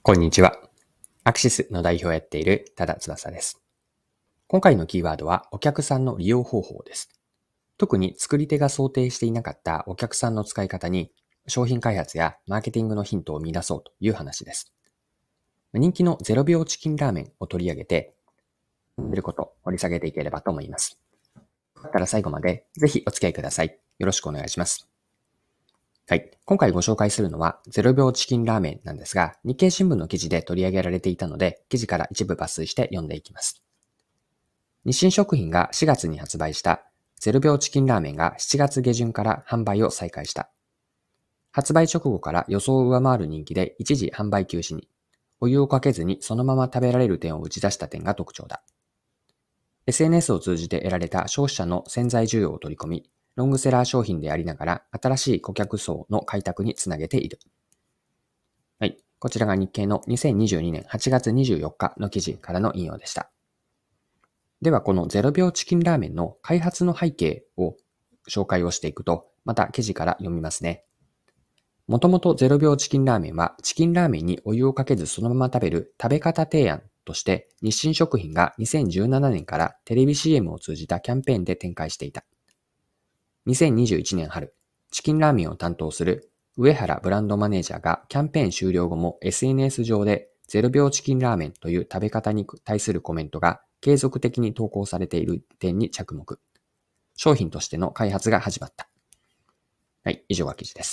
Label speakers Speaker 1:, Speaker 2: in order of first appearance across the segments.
Speaker 1: こんにちは。アクシスの代表をやっている多田翼です。今回のキーワードはお客さんの利用方法です。特に作り手が想定していなかったお客さんの使い方に商品開発やマーケティングのヒントを見出そうという話です。人気の0秒チキンラーメンを取り上げて、知ることを掘り下げていければと思います。だったら最後までぜひお付き合いください。よろしくお願いします。はい。今回ご紹介するのは0秒チキンラーメンなんですが、日経新聞の記事で取り上げられていたので、記事から一部抜粋して読んでいきます。日清食品が4月に発売した0秒チキンラーメンが7月下旬から販売を再開した。発売直後から予想を上回る人気で一時販売休止に、お湯をかけずにそのまま食べられる点を打ち出した点が特徴だ。SNS を通じて得られた消費者の潜在需要を取り込み、ロングセラー商品でありながら新しい顧客層の開拓につなげている。はい。こちらが日経の2022年8月24日の記事からの引用でした。ではこの0秒チキンラーメンの開発の背景を紹介をしていくと、また記事から読みますね。もともと0秒チキンラーメンはチキンラーメンにお湯をかけずそのまま食べる食べ方提案として日清食品が2017年からテレビ CM を通じたキャンペーンで展開していた。2021年春、チキンラーメンを担当する上原ブランドマネージャーがキャンペーン終了後も SNS 上で0秒チキンラーメンという食べ方に対するコメントが継続的に投稿されている点に着目。商品としての開発が始まった。はい、以上が記事です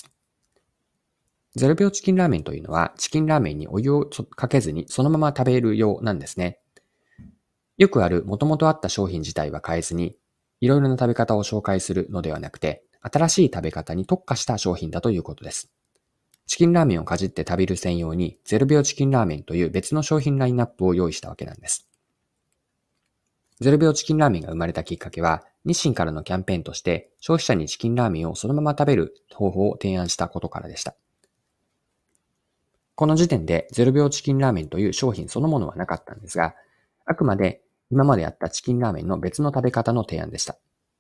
Speaker 1: 。0秒チキンラーメンというのはチキンラーメンにお湯をかけずにそのまま食べるようなんですね。よくある元々あった商品自体は変えずにいろいろな食べ方を紹介するのではなくて、新しい食べ方に特化した商品だということです。チキンラーメンをかじって食べる専用に0秒チキンラーメンという別の商品ラインナップを用意したわけなんです。0秒チキンラーメンが生まれたきっかけは、日清からのキャンペーンとして消費者にチキンラーメンをそのまま食べる方法を提案したことからでした。この時点で0秒チキンラーメンという商品そのものはなかったんですが、あくまで今まであったチキンラーメンの別の食べ方の提案でした。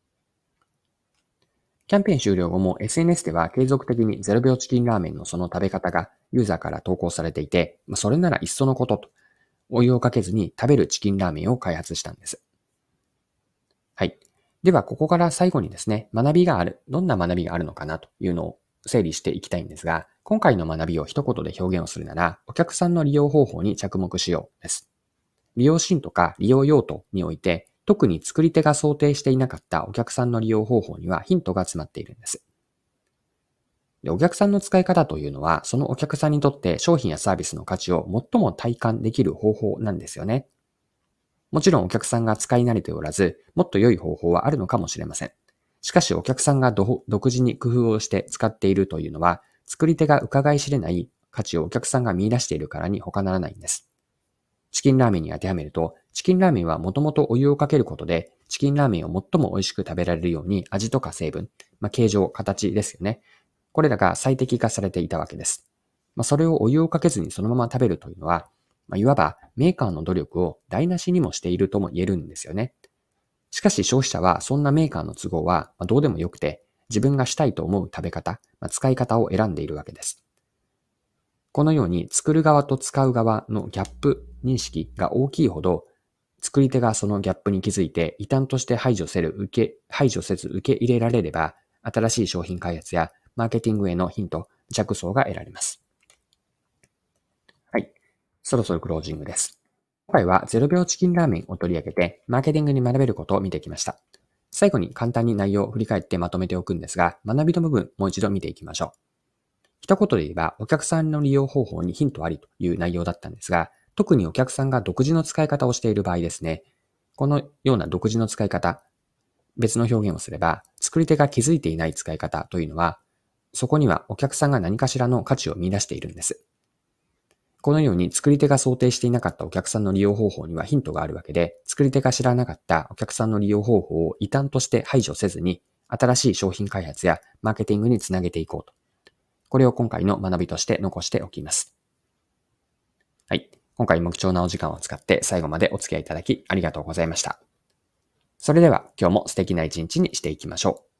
Speaker 1: キャンペーン終了後も SNS では継続的に0秒チキンラーメンのその食べ方がユーザーから投稿されていて、それならいっそのことと、お湯をかけずに食べるチキンラーメンを開発したんです。はい。では、ここから最後にですね、どんな学びがあるのかなというのを整理していきたいんですが、今回の学びを一言で表現をするなら、お客さんの利用方法に着目しようです。利用シーンとか利用用途において、特に作り手が想定していなかったお客さんの利用方法にはヒントが詰まっているんです。で、お客さんの使い方というのは、そのお客さんにとって商品やサービスの価値を最も体感できる方法なんですよね。もちろんお客さんが使い慣れておらず、もっと良い方法はあるのかもしれません。しかしお客さんが独自に工夫をして使っているというのは、作り手が伺い知れない価値をお客さんが見出しているからに他ならないんです。チキンラーメンに当てはめると、チキンラーメンはもともとお湯をかけることで、チキンラーメンを最も美味しく食べられるように味とか成分、形状、形ですよね。これらが最適化されていたわけです。それをお湯をかけずにそのまま食べるというのは、いわばメーカーの努力を台無しにもしているとも言えるんですよね。しかし消費者はそんなメーカーの都合はどうでもよくて、自分がしたいと思う食べ方、使い方を選んでいるわけです。このように作る側と使う側のギャップ認識が大きいほど、作り手がそのギャップに気づいて異端として排除せず受け入れられれば、新しい商品開発やマーケティングへのヒント、着想が得られます。はい。そろそろクロージングです。今回は0秒チキンラーメンを取り上げて、マーケティングに学べることを見てきました。最後に簡単に内容を振り返ってまとめておくんですが、学びの部分もう一度見ていきましょう。一言で言えば、お客さんの利用方法にヒントありという内容だったんですが、特にお客さんが独自の使い方をしている場合ですね、このような独自の使い方、別の表現をすれば、作り手が気づいていない使い方というのは、そこにはお客さんが何かしらの価値を見出しているんです。このように作り手が想定していなかったお客さんの利用方法にはヒントがあるわけで、作り手が知らなかったお客さんの利用方法を異端として排除せずに、新しい商品開発やマーケティングにつなげていこうと。これを今回の学びとして残しておきます。はい。今回も貴重なお時間を使って最後までお付き合いいただきありがとうございました。それでは今日も素敵な一日にしていきましょう。